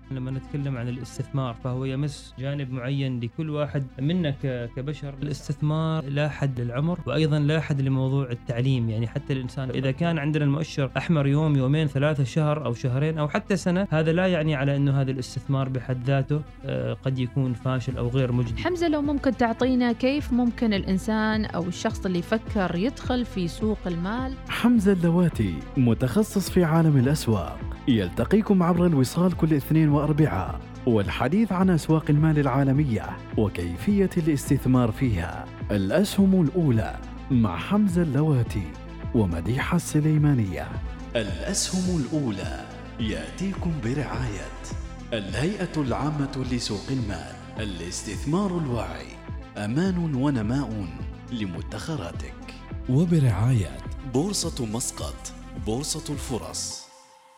لما نتكلم عن الاستثمار فهو يمس جانب معين لكل واحد منا كبشر. الاستثمار لا حد للعمر، وأيضا لا حد لموضوع التعليم. يعني حتى الإنسان إذا كان عندنا المؤشر أحمر يوم يومين ثلاثة شهر أو شهرين أو حتى سنة، هذا لا يعني على أنه هذا الاستثمار بحد ذاته قد يكون فاشل أو غير مجدي. حمزة، لو ممكن تعطينا كيف ممكن الإنسان أو الشخص اللي يفكر يدخل في سوق المال؟ حمزة اللواتي متخصص في عالم الأسواق، يلتقيكم عبر الوصال كل اثنين وأربعاء، والحديث عن أسواق المال العالمية وكيفية الاستثمار فيها. الأسهم الأولى مع حمزة اللواتي ومديحة السليمانية. الأسهم الأولى يأتيكم برعاية الهيئة العامة لسوق المال. الاستثمار الواعي أمان ونماء لمدخراتك. وبرعاية بورصة مسقط، بورصة الفرص.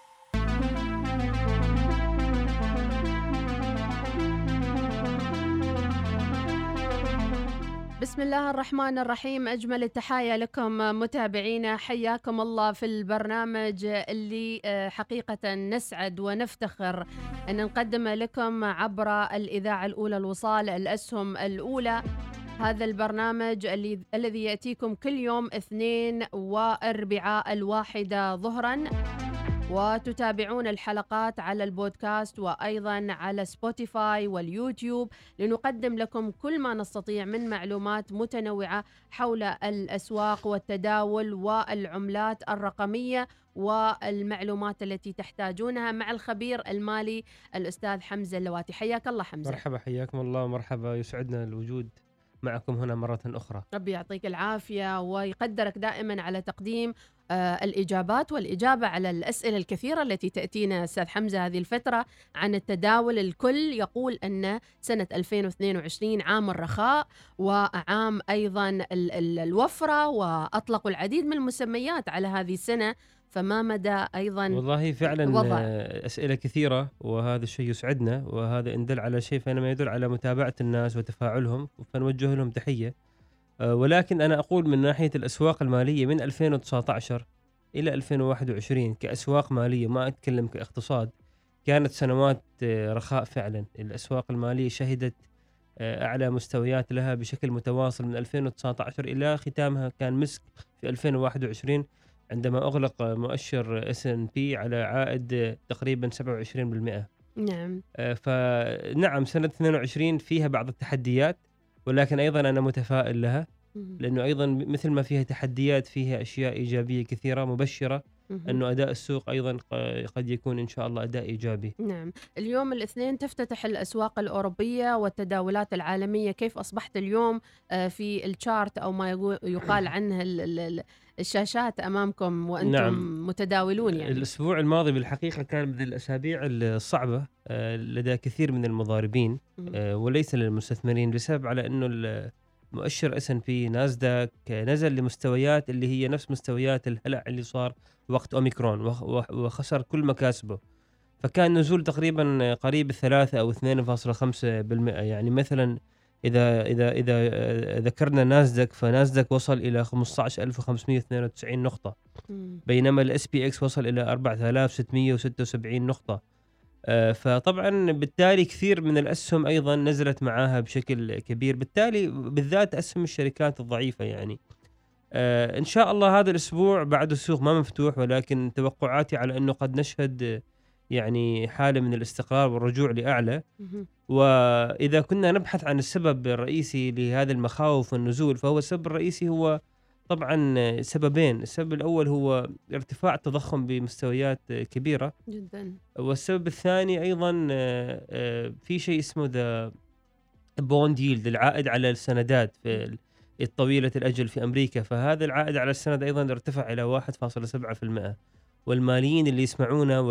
بسم الله الرحمن الرحيم. أجمل التحايا لكم متابعينا، حياكم الله في البرنامج اللي حقيقة نسعد ونفتخر أن نقدم لكم عبر الإذاعة الأولى الوصال، الأسهم الأولى. هذا البرنامج الذي يأتيكم كل يوم اثنين وأربعاء 1 ظهرا، وتتابعون الحلقات على البودكاست وأيضا على سبوتيفاي واليوتيوب، لنقدم لكم كل ما نستطيع من معلومات متنوعة حول الأسواق والتداول والعملات الرقمية والمعلومات التي تحتاجونها مع الخبير المالي الأستاذ حمزة اللواتي. حياك الله حمزة. مرحبا، حياكم الله. مرحبا، يسعدنا الوجود معكم هنا مرة أخرى. ربي يعطيك العافية ويقدرك دائما على تقديم الإجابات والإجابة على الأسئلة الكثيرة التي تأتينا أستاذ حمزة هذه الفترة عن التداول. الكل يقول أن سنة 2022 عام الرخاء وعام أيضا الوفرة، وأطلقوا العديد من المسميات على هذه السنة، فما مدى أيضا والله فعلا الوضع؟ أسئلة كثيرة، وهذا الشيء يسعدنا، وهذا إن دل على شيء فإنما يدل على متابعة الناس وتفاعلهم، فنوجه لهم تحية. ولكن أنا أقول من ناحية الأسواق المالية من 2019 إلى 2021 كأسواق مالية، ما أتكلم كاقتصاد، كانت سنوات رخاء فعلا. الأسواق المالية شهدت أعلى مستويات لها بشكل متواصل من 2019 إلى ختامها كان مسك في 2021 عندما أغلق مؤشر S&P على عائد تقريبا 27%. نعم. فنعم سنة 22 فيها بعض التحديات، ولكن أيضا أنا متفائل لها، لأنه أيضا مثل ما فيها تحديات فيها أشياء إيجابية كثيرة مبشرة أنه أداء السوق أيضا قد يكون إن شاء الله أداء إيجابي. نعم. اليوم الاثنين تفتتح الأسواق الأوروبية والتداولات العالمية. كيف أصبحت اليوم في الشارت أو ما يقال عنه الشاشات أمامكم وأنتم نعم. متداولون؟ يعني الأسبوع الماضي بالحقيقة كان من الأسابيع الصعبة لدى كثير من المضاربين وليس للمستثمرين، بسبب على أنه المؤشر S&P ناسداك نزل لمستويات اللي هي نفس مستويات الهلع اللي صار وقت أوميكرون، وخسر كل مكاسبه. فكان نزول تقريبا قريب 3 أو 2.5%. يعني مثلا إذا ذكرنا ناسداك، فناسداك وصل إلى 15,592 نقطة، بينما ال SPX وصل إلى 4,676 نقطة. فطبعا بالتالي كثير من الأسهم أيضا نزلت معاها بشكل كبير، بالتالي بالذات أسهم الشركات الضعيفة. يعني إن شاء الله هذا الأسبوع بعد السوق ما مفتوح، ولكن توقعاتي على أنه قد نشهد يعني حالة من الاستقرار والرجوع لأعلى. وإذا كنا نبحث عن السبب الرئيسي لهذا المخاوف والنزول، فهو السبب الرئيسي هو طبعا سببين. السبب الأول هو ارتفاع التضخم بمستويات كبيرة جدا، والسبب الثاني أيضا في شيء اسمه ذا بوند ييلد، العائد على السندات في الطويلة الأجل في أمريكا. فهذا العائد على السند أيضا ارتفع إلى 1.7%. والماليين اللي يسمعونا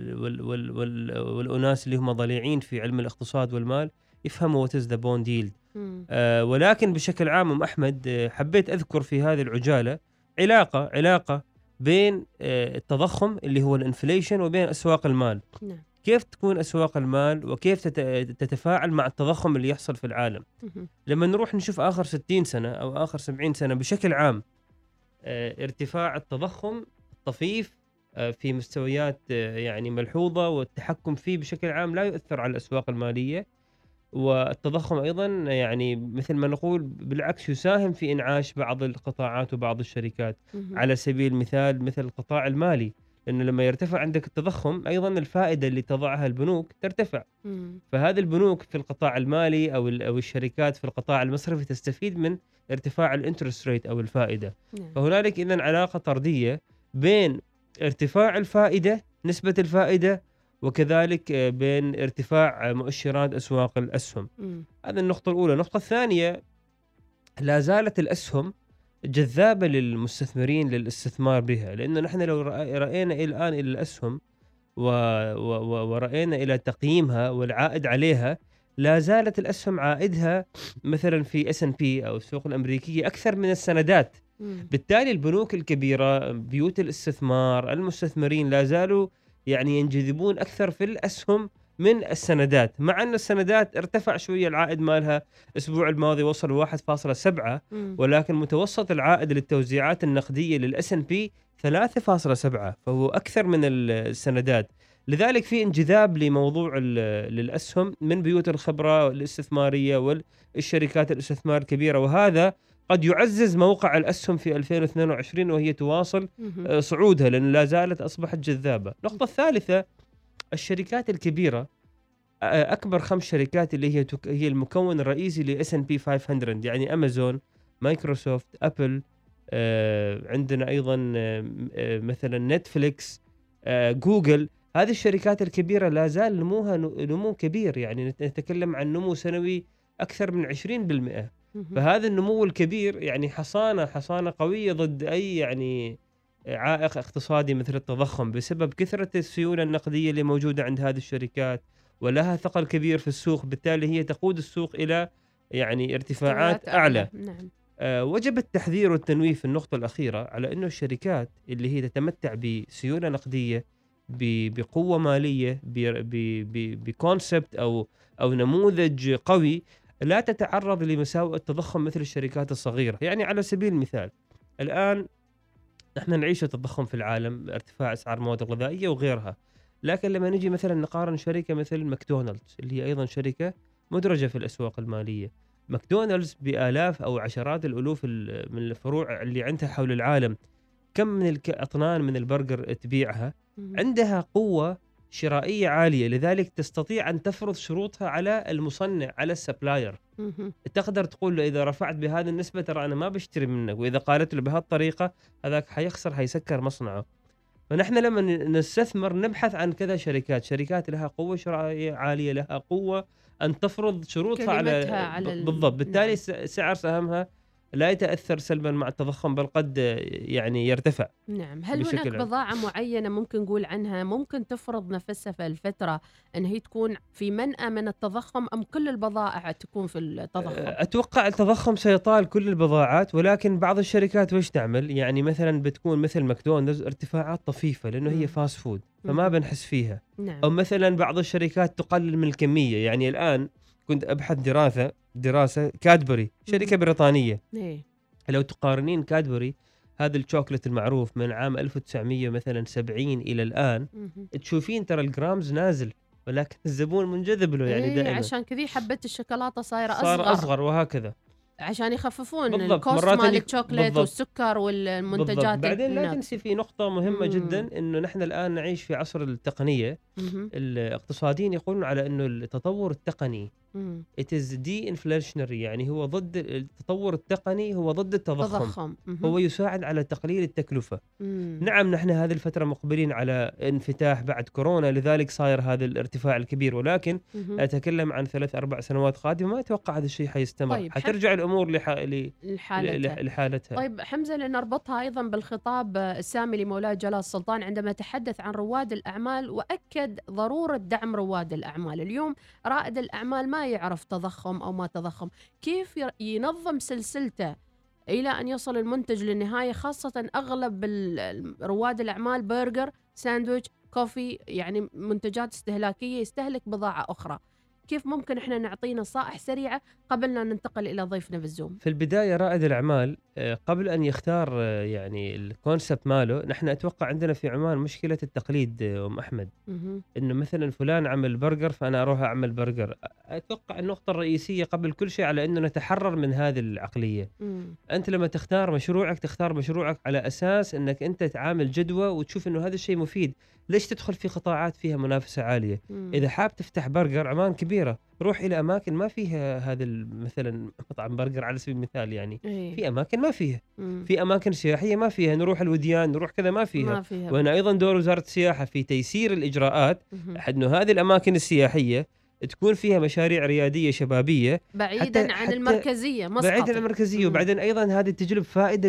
والأناس اللي هم ضليعين في علم الاقتصاد والمال يفهموا what is the bond yield. ولكن بشكل عام أحمد حبيت أذكر في هذه العجالة علاقة بين التضخم اللي هو الانفليشن وبين أسواق المال. نعم. كيف تكون أسواق المال وكيف تتفاعل مع التضخم اللي يحصل في العالم. لما نروح نشوف آخر 60 سنة أو آخر 70 سنة بشكل عام ارتفاع التضخم الطفيف في مستويات يعني ملحوظة، والتحكم فيه بشكل عام لا يؤثر على الأسواق المالية. والتضخم أيضا يعني مثل ما نقول بالعكس يساهم في إنعاش بعض القطاعات وبعض الشركات، على سبيل المثال مثل القطاع المالي، لأنه لما يرتفع عندك التضخم أيضا الفائدة اللي تضعها البنوك ترتفع. فهذه البنوك في القطاع المالي أو الشركات في القطاع المصرفي تستفيد من ارتفاع الانترست ريت أو الفائدة. فهنالك إذن علاقة طردية بين ارتفاع الفائدة، نسبة الفائدة، وكذلك بين ارتفاع مؤشرات أسواق الأسهم. هذه النقطة الأولى. النقطة الثانية، لا زالت الأسهم جذابة للمستثمرين للاستثمار بها، لأنه نحن لو رأينا الآن إلى الأسهم ورأينا إلى تقييمها والعائد عليها، لا زالت الأسهم عائدها مثلا في S&P أو السوق الأمريكية أكثر من السندات. بالتالي البنوك الكبيرة، بيوت الاستثمار، المستثمرين لا زالوا يعني ينجذبون أكثر في الأسهم من السندات، مع أن السندات ارتفع شوية العائد مالها الأسبوع الماضي وصل 1.7، ولكن متوسط العائد للتوزيعات النقدية للS&P 3.7، فهو أكثر من السندات. لذلك في انجذاب لموضوع للأسهم من بيوت الخبرة الاستثمارية والشركات الاستثمار الكبيرة، وهذا قد يعزز موقع الأسهم في 2022 وهي تواصل صعودها، لأن لا زالت أصبحت جذابة. النقطة الثالثة، الشركات الكبيرة، أكبر 5 شركات اللي هي المكون الرئيسي ل S&P 500، يعني أمازون، مايكروسوفت، أبل، عندنا أيضا مثلا نتفليكس، جوجل. هذه الشركات الكبيرة لا زال نموها نمو كبير، يعني نتكلم عن نمو سنوي أكثر من 20%. فهذا النمو الكبير يعني حصانة قوية ضد أي يعني عائق اقتصادي مثل التضخم، بسبب كثرة السيولة النقدية اللي موجودة عند هذه الشركات، ولها ثقل كبير في السوق، بالتالي هي تقود السوق إلى يعني ارتفاعات أعلى. نعم. وجب التحذير والتنويه في النقطة الأخيرة على أنه الشركات اللي هي تتمتع بسيولة نقدية، بقوة مالية، بكونسبت أو نموذج قوي، لا تتعرض لمساوئ التضخم مثل الشركات الصغيرة. يعني على سبيل المثال، الآن نحن نعيش التضخم في العالم، ارتفاع أسعار المواد الغذائية وغيرها، لكن لما نجي مثلا نقارن شركة مثل ماكدونالدز اللي هي أيضا شركة مدرجة في الأسواق المالية، ماكدونالدز بآلاف أو عشرات الألوف من الفروع اللي عندها حول العالم، كم من الأطنان من البرجر تبيعها، عندها قوة شرائية عالية، لذلك تستطيع أن تفرض شروطها على المصنع، على السبلاير. تقدر تقول له إذا رفعت بهذه النسبة ترى أنا ما بشتري منك، وإذا قالت له بهالطريقة هذاك حيخسر، حيسكر مصنعه. فنحن لما نستثمر نبحث عن كذا شركات لها قوة شرائية عالية، لها قوة أن تفرض شروطها على بالضبط. بالتالي سعر سهمها لا يتأثر سلبا مع التضخم، بل قد يعني يرتفع. نعم. هل هناك بضاعة معينة ممكن نقول عنها ممكن تفرض نفسها في الفترة أن هي تكون في منأى من التضخم، أم كل البضائع تكون في التضخم؟ أتوقع التضخم سيطال كل البضاعات، ولكن بعض الشركات وش تعمل؟ يعني مثلا بتكون مثل ماكدونالدز ارتفاعات طفيفة لأنه هي فاست فود فما بنحس فيها. نعم. أو مثلا بعض الشركات تقلل من الكمية. يعني الآن كنت أبحث دراسة كادبري، شركة بريطانية، لو تقارنين كادبري هذا الشوكولات المعروف من عام 1970 إلى الآن، تشوفين ترى الجرامز نازل، ولكن الزبون منجذب له يعني دائما. عشان كذي حبة الشوكولاتة صار أصغر وهكذا، عشان يخففون الكوست مال الشوكولات والسكر والمنتجات. بالضبط. بعدين لا تنسي في نقطة مهمة جدا، إنه نحن الآن نعيش في عصر التقنية. الاقتصاديين يقولون على إنه التطور التقني it is de-inflationary، يعني هو ضد التطور التقني، هو ضد التضخم. هو يساعد على تقليل التكلفة. نعم، نحن هذه الفترة مقبلين على انفتاح بعد كورونا، لذلك صاير هذا الارتفاع الكبير، ولكن أتكلم عن 3-4 سنوات قادمة ما أتوقع هذا الشيء حيستمر. طيب، حترجع الأمور لحالتها. طيب حمزة، لنربطها أيضا بالخطاب السامي لمولاي جلال السلطان عندما تحدث عن رواد الأعمال، وأكد ضرورة دعم رواد الأعمال. اليوم رائد الأعمال ما يعرف تضخم أو ما تضخم، كيف ينظم سلسلته إلى أن يصل المنتج للنهاية، خاصة أغلب رواد الأعمال برجر، ساندويتش، كوفي، يعني منتجات استهلاكية، يستهلك بضاعة أخرى. كيف ممكن إحنا نعطي نصائح سريعة قبل أن ننتقل إلى ضيفنا بالزوم؟ في البداية رائد الأعمال قبل أن يختار يعني الكونسبت ماله، نحن أتوقع عندنا في عمان مشكلة التقليد أم أحمد، إنه مثلا فلان عمل برجر فأنا أروح أعمل برجر. أتوقع النقطة الرئيسية قبل كل شيء على إنه نتحرر من هذه العقلية. أنت لما تختار مشروعك على أساس إنك أنت تعامل جدوى وتشوف إنه هذا الشيء مفيد. ليش تدخل في قطاعات فيها منافسة عالية؟ إذا حاب تفتح برجر، عمان كبيرة، روح إلى أماكن ما فيها هذا مثلا مطعم برجر على سبيل المثال يعني. في أماكن ما فيها، في أماكن سياحية ما فيها، نروح الوديان نروح كذا ما فيها. وأنا أيضا دور وزارة السياحة في تيسير الإجراءات إنه هذه الأماكن السياحية تكون فيها مشاريع ريادية شبابية بعيدا عن المركزية، بعيدا عن المركزية. وبعدين أيضا هذه تجلب فائدة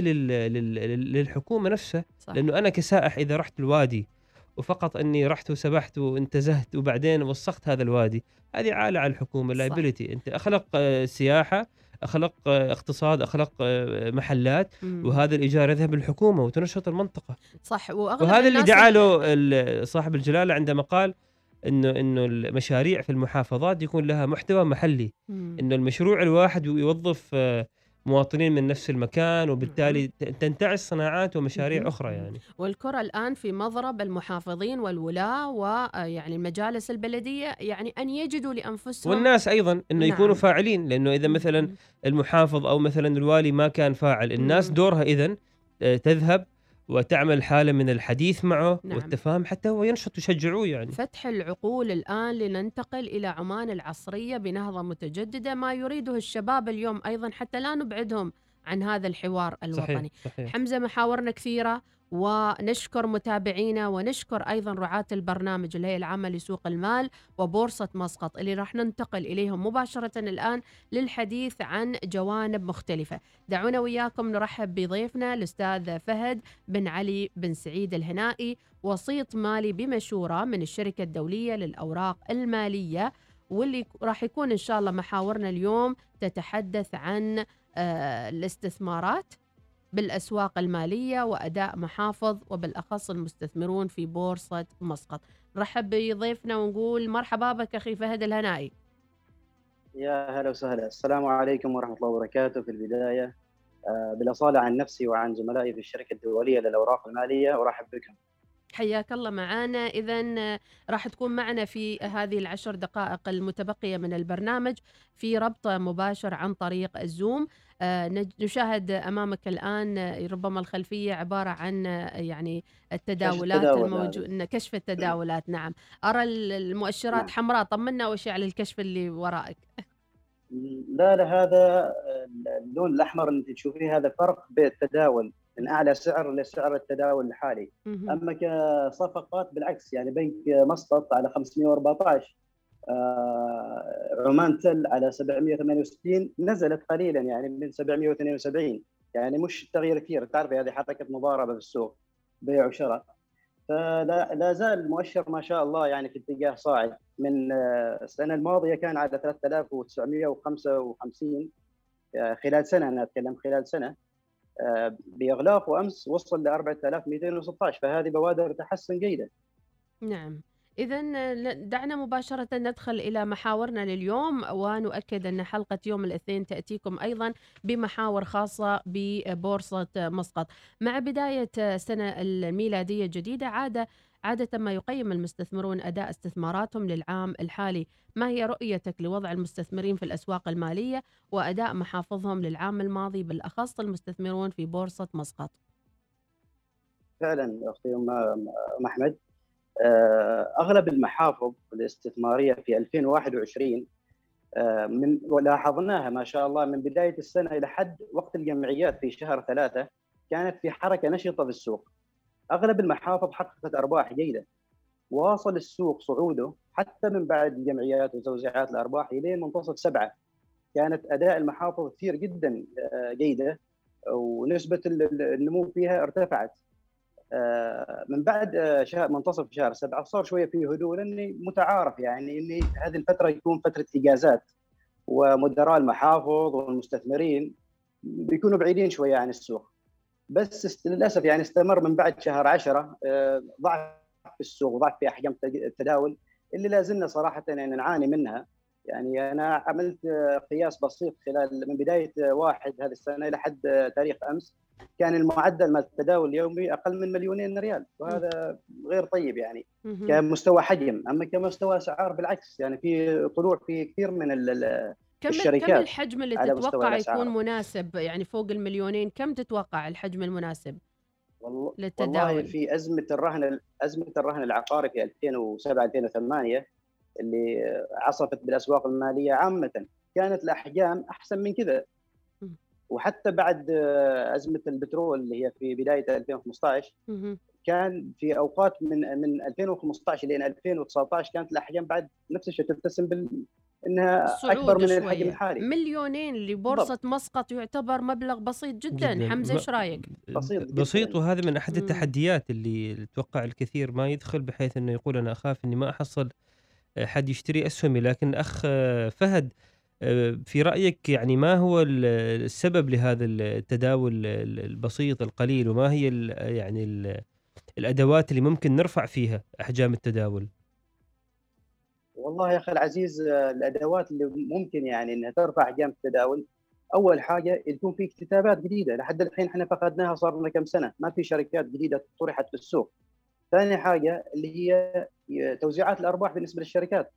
للحكومة نفسها. صح. لأنه أنا كسائح إذا رحت الوادي وفقط أني رحت وسبحت وانتزهت وبعدين وسخت هذا الوادي، هذه عالة على الحكومة، لايبيليتي. أنت أخلق سياحة، أخلق اقتصاد، أخلق محلات، وهذا الإيجار يذهب للحكومة وتنشط المنطقة. صح. وهذا اللي جعله صاحب الجلالة عندما قال إنه المشاريع في المحافظات يكون لها محتوى محلي. إنه المشروع الواحد يوظف مواطنين من نفس المكان، وبالتالي تنتعش صناعات ومشاريع أخرى يعني. والكرة الآن في مضرب المحافظين والولاة ويعني المجالس البلدية، يعني أن يجدوا لأنفسهم والناس أيضا إنه يكونوا فاعلين. لأنه إذا مثلا المحافظ أو مثلا الوالي ما كان فاعل، الناس دورها إذن تذهب وتعمل حالة من الحديث معه والتفاهم حتى هو ينشط ويشجعوه يعني. فتح العقول الآن لننتقل إلى عمان العصرية بنهضة متجددة، ما يريده الشباب اليوم أيضا، حتى لا نبعدهم عن هذا الحوار الوطني. صحيح. حمزة، محاورنا كثيرة، ونشكر متابعينا ونشكر أيضا رعاة البرنامج الهيئة العامة لسوق المال وبورصة مسقط اللي راح ننتقل إليهم مباشرة الآن للحديث عن جوانب مختلفة. دعونا وياكم نرحب بضيفنا الأستاذ فهد بن علي بن سعيد الهنائي، وسيط مالي بمشورة من الشركة الدولية للأوراق المالية، واللي راح يكون إن شاء الله محاورنا اليوم تتحدث عن الاستثمارات بالأسواق المالية وأداء محافظ وبالأخص المستثمرون في بورصة مسقط. نرحب بضيفنا ونقول مرحبا بك أخي فهد الهنائي. يا هلا وسهلا، السلام عليكم ورحمة الله وبركاته. في البداية بالأصالة عن نفسي وعن زملائي في الشركة الدولية للأوراق المالية أرحب بكم. حياك الله معنا. إذن راح تكون معنا في هذه العشر دقائق المتبقية من البرنامج في ربط مباشر عن طريق الزوم. نشاهد أمامك الآن ربما الخلفية عبارة عن يعني التداولات الموجودة، كشف التداولات. نعم، أرى المؤشرات حمراء. طمنا وش على الكشف اللي ورائك. لا هذا اللون الأحمر اللي تشوفيه هذا فرق بالتداول من أعلى سعر لسعر التداول الحالي. أما كصفقات بالعكس، يعني بنك مسقط على 514، عمان تل على 768، نزلت قليلا يعني من 772، يعني مش تغيير كثير. تعرف هذه حركة مضاربة في السوق، بيع وشراء. فلا زال المؤشر ما شاء الله يعني في اتجاه صاعد. من السنة الماضية كان على 3955 خلال سنة، أنا أتكلم خلال سنة، بإغلاق، وأمس وصل ل 4216، فهذه بوادر تحسن جيدة. نعم. إذن دعنا مباشرة ندخل إلى محاورنا لليوم، ونؤكد أن حلقة يوم الاثنين تأتيكم أيضا بمحاور خاصة ببورصة مسقط. مع بداية السنة الميلادية الجديدة عادة ما يقيم المستثمرون أداء استثماراتهم للعام الحالي. ما هي رؤيتك لوضع المستثمرين في الأسواق المالية وأداء محافظهم للعام الماضي، بالأخص المستثمرون في بورصة مسقط؟ فعلا أختي أم أحمد، أغلب المحافظ الاستثمارية في 2021 لاحظناها ما شاء الله من بداية السنة إلى حد وقت الجمعيات في شهر 3 كانت في حركة نشطة في السوق. أغلب المحافظ حققت أرباح جيدة، واصل السوق صعوده حتى من بعد الجمعيات وتوزيعات الأرباح إلى منتصف 7. كانت أداء المحافظ كثير جدا جيدة، ونسبة النمو فيها ارتفعت. من بعد منتصف شهر 7 صار شويه فيه هدوء، لاني متعارف يعني اني هذه الفتره يكون فتره اجازات، ومدراء المحافظ والمستثمرين بيكونوا بعيدين شويه عن السوق. بس للاسف يعني استمر من بعد شهر 10 ضعف في السوق وضعف في احجام التداول اللي لازلنا صراحه يعني نعاني منها. يعني انا عملت قياس بسيط خلال من بدايه 1 هذه السنه الى حد تاريخ امس، كان المعدل مال التداول اليومي اقل من 2,000,000 ريال، وهذا غير طيب يعني كمستوى حجم. اما كمستوى اسعار بالعكس، يعني في طلوع في كثير من كم الشركات. الحجم اللي على مستوى تتوقع الأسعار. يكون مناسب؟ يعني فوق ال2,000,000 كم تتوقع الحجم المناسب والله للتداول؟ في ازمه الرهن العقاري في 2007 2008 اللي عصفت بالاسواق الماليه عامه، كانت الاحجام احسن من كذا. وحتى بعد ازمه البترول اللي هي في بدايه 2015 كان في اوقات من 2015 لين 2019 كانت الاحجام بعد نفس الشيء تتسم انها اكبر من الحجم الحالي. 2,000,000 لبورصه مسقط يعتبر مبلغ بسيط جدا. حمزه ايش رايك؟ بسيط، وهذا من احد التحديات اللي اتوقع الكثير ما يدخل، بحيث انه يقول انا اخاف اني ما احصل حد يشتري اسهمي. لكن اخ فهد، في رايك يعني ما هو السبب لهذا التداول البسيط القليل، وما هي يعني الادوات اللي ممكن نرفع فيها احجام التداول؟ والله يا اخي العزيز، الادوات اللي ممكن يعني انها ترفع احجام التداول، اول حاجه يكون في اكتتابات جديده. لحد الحين احنا فقدناها، صار لنا كم سنه ما في شركات جديده طرحت في السوق. ثاني حاجه اللي هي توزيعات الارباح بالنسبه للشركات.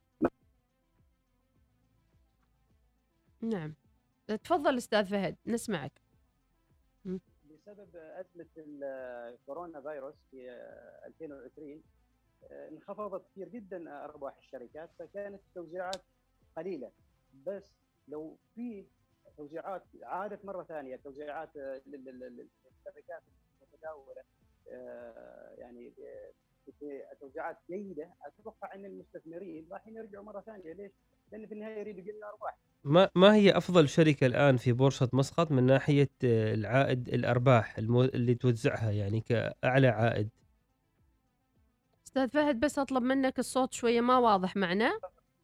نعم، تفضل استاذ فهد نسمعك. بسبب ازمه الكورونا فيروس في 2020 انخفضت كثير جدا ارباح الشركات، فكانت التوزيعات قليله. بس لو في توزيعات عادت مره ثانيه، توزيعات للشركات المتداوله يعني توزيعات جيده، اتوقع ان المستثمرين راح يرجعوا مره ثانيه. ليش؟ لان في النهايه يريدوا يجمعوا ارباح. ما هي افضل شركه الان في بورصه مسقط من ناحيه العائد، الارباح اللي توزعها يعني كاعلى عائد؟ استاذ فهد بس اطلب منك، الصوت شويه ما واضح معنا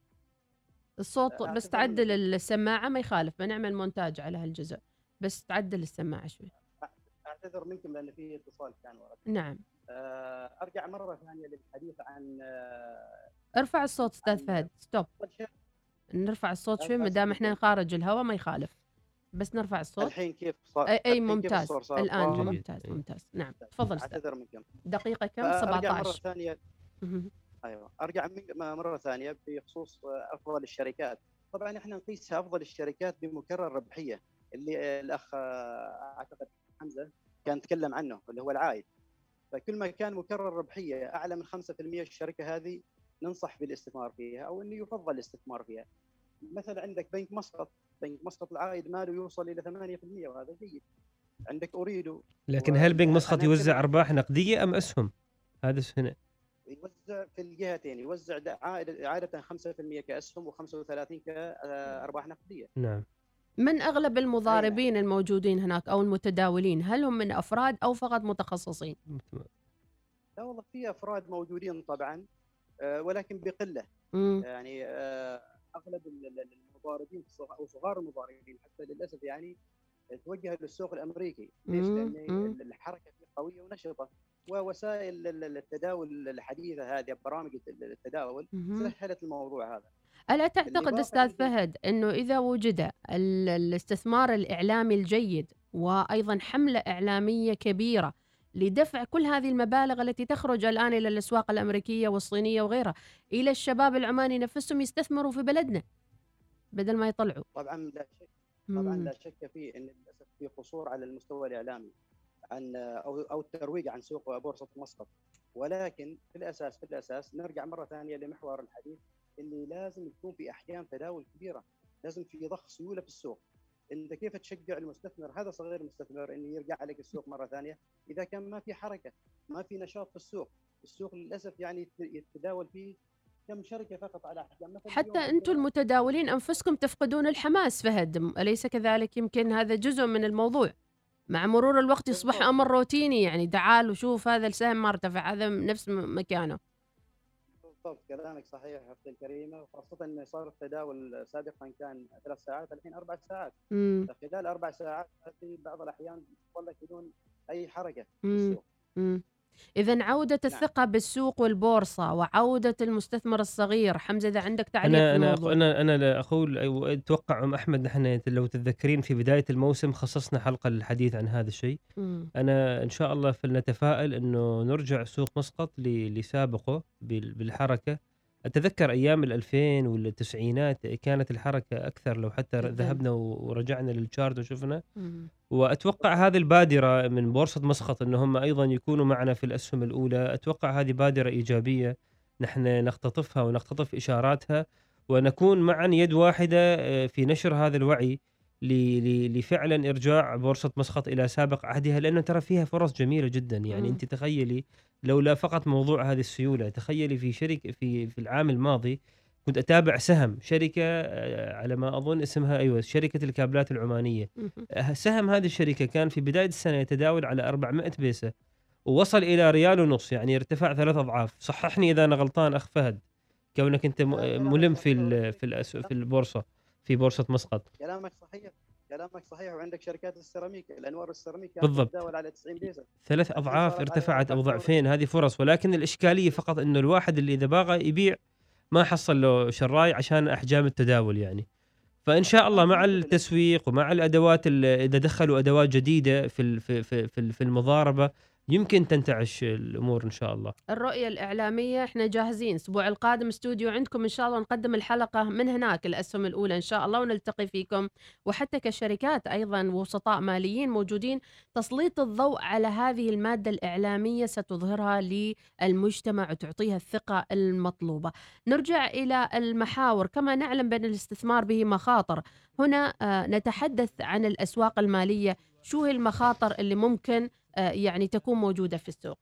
الصوت، بس تعدل السماعه ما يخالف، بنعمل مونتاج على هالجزء، بس تعدل السماعه شوي. اعتذر منكم لان في اتصال كان ورا. نعم. ارجع مره ثانيه للحديث عن ارفع الصوت استاذ فهد. ستوب، نرفع الصوت شوي ما دام احنا خارج الهواء ما يخالف، بس نرفع الصوت. الحين كيف صار؟ اي ممتاز الان ممتاز. نعم تفضل استاذ. اعتذر منكم. دقيقه كم؟ 17. ارجع مره ثانيه. ايوه ارجع مره ثانيه بخصوص افضل الشركات. طبعا احنا نقيس افضل الشركات بمكرر ربحيه اللي الاخ اعتقد حمزه كان تكلم عنه، اللي هو العائد. فكل ما كان مكرر ربحيه اعلى من 5% الشركه هذه ننصح بالاستثمار فيها، او انه يفضل الاستثمار فيها. مثلا عندك بنك مسقط العائد ماله يوصل الى 8%، وهذا جيد. عندك اوريدو. لكن هل بنك مسقط يوزع ارباح نقديه ام اسهم؟ هذا هنا يوزع في الجهتين، يوزع عاده 5% كاسهم و35 كارباح نقديه. نعم. من اغلب المضاربين الموجودين هناك او المتداولين، هل هم من افراد او فقط متخصصين؟ لا والله في افراد موجودين طبعا، ولكن بقله. يعني اغلب المضاربين او صغار المضاربين حتى للاسف يعني توجهوا للسوق الامريكي. ليش؟ لان الحركه فيه قويه ونشطه، ووسائل التداول الحديثه هذه برامج التداول سهلت الموضوع هذا. ألا تعتقد أستاذ فهد أنه إذا وجد الاستثمار الإعلامي الجيد وأيضا حملة إعلامية كبيرة لدفع كل هذه المبالغ التي تخرج الآن إلى الأسواق الأمريكية والصينية وغيرها إلى الشباب العماني نفسهم يستثمروا في بلدنا بدل ما يطلعوا؟ طبعا لا شك فيه أن للأسف في قصور على المستوى الإعلامي عن أو الترويج عن سوق بورصة مسقط. ولكن في الأساس نرجع مرة ثانية لمحور الحديث، اللي لازم يكون في احجام تداول كبيره، لازم في ضخ سيوله في السوق. انت كيف تشجع المستثمر هذا صغير المستثمر انه يرجع عليك السوق مره ثانيه اذا كان ما في حركه، ما في نشاط في السوق؟ السوق للاسف يعني يتداول فيه كم شركه فقط على احجام. حتى انتم المتداولين انفسكم تفقدون الحماس فهد، اليس كذلك؟ يمكن هذا جزء من الموضوع. مع مرور الوقت يصبح امر روتيني، يعني تعال وشوف هذا السهم ما ارتفع، هذا نفس مكانه. بالضبط كلامك صحيح اختي الكريمه، وخاصه انه صار التداول سابقا كان 3 ساعات الحين 4 ساعات. خلال 4 ساعات في بعض الاحيان تظل بدون اي حركه في السوق. إذا عودة نعم. الثقة بالسوق والبورصة وعودة المستثمر الصغير، حمزة إذا عندك تعليق في انا الموضوع. انا لا اقول اتوقع ام احمد، نحن لو تتذكرين في بدايه الموسم خصصنا حلقه للحديث عن هذا الشيء. انا ان شاء الله فلنتفائل انه نرجع سوق مسقط لسابقه بالحركه. اتذكر ايام ال2000 والتسعينات كانت الحركه اكثر، لو حتى جداً. ذهبنا ورجعنا للشارت وشفنا. مم. واتوقع هذه البادره من بورصه مسقط انه هم ايضا يكونوا معنا في الاسهم الاولى، اتوقع هذه بادره ايجابيه نحن نختطفها ونختطف اشاراتها، ونكون معا يد واحده في نشر هذا الوعي لفعلا ارجاع بورصه مسقط الى سابق عهدها، لانه ترى فيها فرص جميله جدا. يعني انت تخيلي لولا فقط موضوع هذه السيوله، تخيلي في شركه في العام الماضي كنت اتابع سهم شركه على ما اظن اسمها شركه الكابلات العمانيه. سهم هذه الشركه كان في بدايه السنه يتداول على 400 بيسه، ووصل الى ريال ونص، يعني ارتفاع 3 اضعاف. صححني اذا انا غلطان اخ فهد، كونك انت ملم في البورصه، في بورصه مسقط. كلامك صحيح. وعندك شركات السيراميك، الانوار السيراميك كانت بالضبط تتداول على 90 بيسه، 3 اضعاف ارتفعت او ضعفين. هذه فرص، ولكن الاشكاليه فقط انه الواحد اللي اذا باغى يبيع ما حصل له شراي عشان احجام التداول يعني. فان شاء الله مع التسويق ومع الادوات، اذا دخلوا ادوات جديده في المضاربه يمكن تنتعش الامور ان شاء الله. الرؤية الإعلامية احنا جاهزين، الأسبوع القادم استوديو عندكم إن شاء الله، نقدم الحلقة من هناك، الأسهم الأولى إن شاء الله، ونلتقي فيكم. وحتى كشركات أيضا وسطاء ماليين موجودين، تسليط الضوء على هذه المادة الإعلامية ستظهرها للمجتمع وتعطيها الثقة المطلوبة. نرجع إلى المحاور. كما نعلم بأن الاستثمار به مخاطر، هنا نتحدث عن الأسواق المالية. شو هي المخاطر اللي ممكن يعني تكون موجودة في السوق؟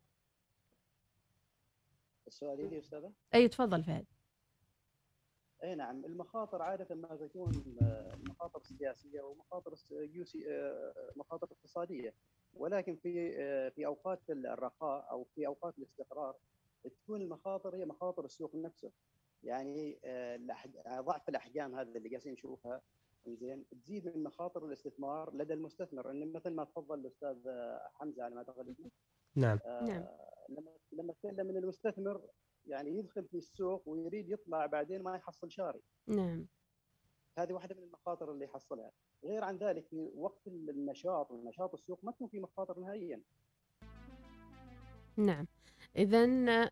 السؤال لي أستاذة؟ أي تفضل فهد. أي نعم، المخاطر عادة ما تكون مخاطر سياسية ومخاطر مخاطر اقتصادية، ولكن في أوقات الرخاء أو في أوقات الاستقرار تكون المخاطر هي مخاطر السوق نفسه. يعني ضعف الأحجام هذا اللي قاعدين نشوفها، زين، تزيد من مخاطر الاستثمار لدى المستثمر. ان مثل ما تفضل الاستاذ حمزه على ما اعتقد. نعم. لما تكلم ان المستثمر يعني يدخل في السوق ويريد يطلع بعدين ما يحصل شاري. نعم. هذه واحدة من المخاطر اللي يحصلها. غير عن ذلك في وقت النشاط ونشاط السوق ما تكون في مخاطر نهائيا. نعم. اذا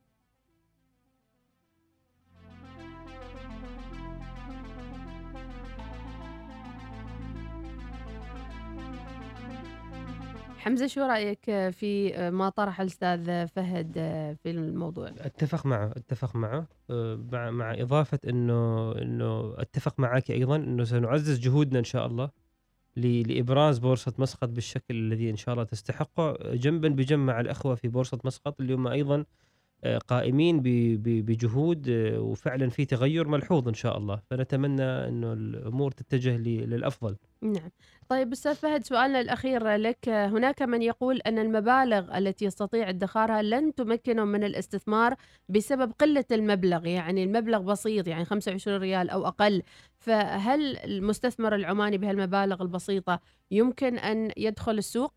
حمزة، شو رأيك في ما طرح الأستاذ فهد في الموضوع؟ اتفق معه مع إضافة إنه اتفق معك أيضا إنه سنعزز جهودنا إن شاء الله لإبراز بورصة مسقط بالشكل الذي إن شاء الله تستحقه، جنبا بجنب مع الأخوة في بورصة مسقط اللي هم أيضا قائمين بجهود، وفعلا في تغير ملحوظ إن شاء الله. فنتمنى إنه الأمور تتجه للأفضل. نعم. طيب أستاذ فهد، سؤالنا الأخير لك. هناك من يقول أن المبالغ التي يستطيع ادخارها لن تمكنهم من الاستثمار بسبب قلة المبلغ، يعني المبلغ بسيط، يعني 25 ريال أو أقل. فهل المستثمر العماني بهالمبالغ البسيطة يمكن أن يدخل السوق؟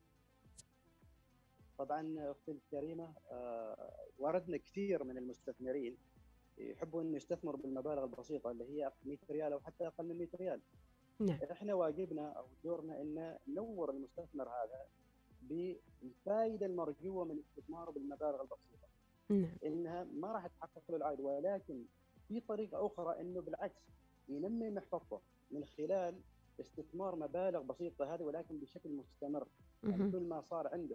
طبعا أختي الكريمة، وردنا كثير من المستثمرين يحبوا أن يستثمروا بالمبالغ البسيطة اللي هي 100 ريال أو حتى أقل من 100 ريال. نعم. احنا واجبنا او دورنا ان ننور المستثمر هذا بالفائده المرجوه من استثماره بالمبالغ البسيطه. نعم. انها ما راح تحقق له العائد، ولكن في طريقه اخرى انه بالعكس ينمي محفظته من خلال استثمار مبالغ بسيطه هذه، ولكن بشكل مستمر. يعني كل ما صار عنده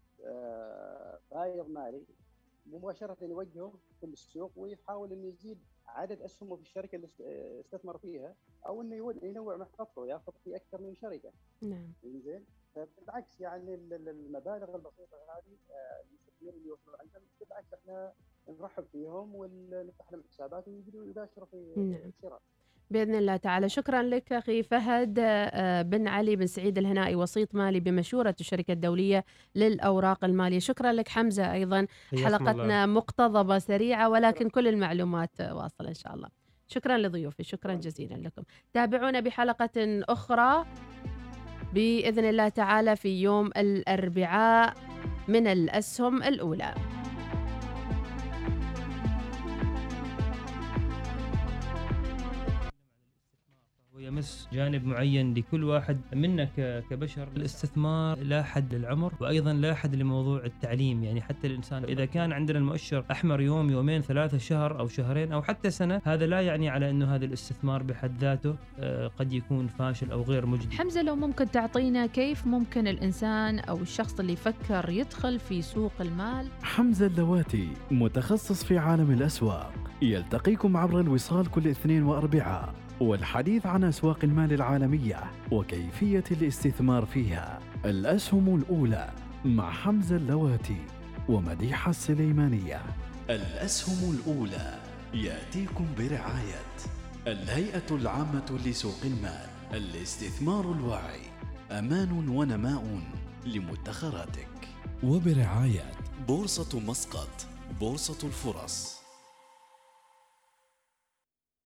فائض مالي مباشره يوجهه في السوق ويحاول انه يزيد عدد اسهمه في الشركه اللي استثمر فيها، او انه ينوع محفظته ياخذ في اكثر من شركه. نعم. زين. فبالعكس يعني المبالغ البسيطه هذه المستثمرين اللي يوصلوا عندنا بالعكس احنا نرحب فيهم ونفتح لهم حسابات ويقدروا يباشروا في الشراء. بإذن الله تعالى. شكرا لك أخي فهد بن علي بن سعيد الهنائي، وسيط مالي بمشورة الشركة الدولية للأوراق المالية. شكرا لك حمزة أيضا. حلقتنا مقتضبة سريعة ولكن كل المعلومات واصلة إن شاء الله. شكرا لضيوفي، شكرا جزيلا لكم. تابعونا بحلقة أخرى بإذن الله تعالى في يوم الأربعاء من الأسهم الأولى. يمس جانب معين لكل واحد منا كبشر. الاستثمار لا حد للعمر، وأيضا لا حد لموضوع التعليم. يعني حتى الإنسان إذا كان عندنا المؤشر أحمر يوم يومين ثلاثة شهر أو شهرين أو حتى سنة، هذا لا يعني على أنه هذا الاستثمار بحد ذاته قد يكون فاشل أو غير مجدي. حمزة، لو ممكن تعطينا كيف ممكن الإنسان أو الشخص اللي يفكر يدخل في سوق المال؟ حمزة اللواتي متخصص في عالم الأسواق، يلتقيكم عبر الوصال كل اثنين وأربعاء، والحديث عن أسواق المال العالمية وكيفية الاستثمار فيها. الأسهم الأولى مع حمزة اللواتي ومديحة السليمانية. الأسهم الأولى يأتيكم برعاية الهيئة العامة لسوق المال. الاستثمار الواعي أمان ونماء لمدخراتك. وبرعاية بورصة مسقط، بورصة الفرص.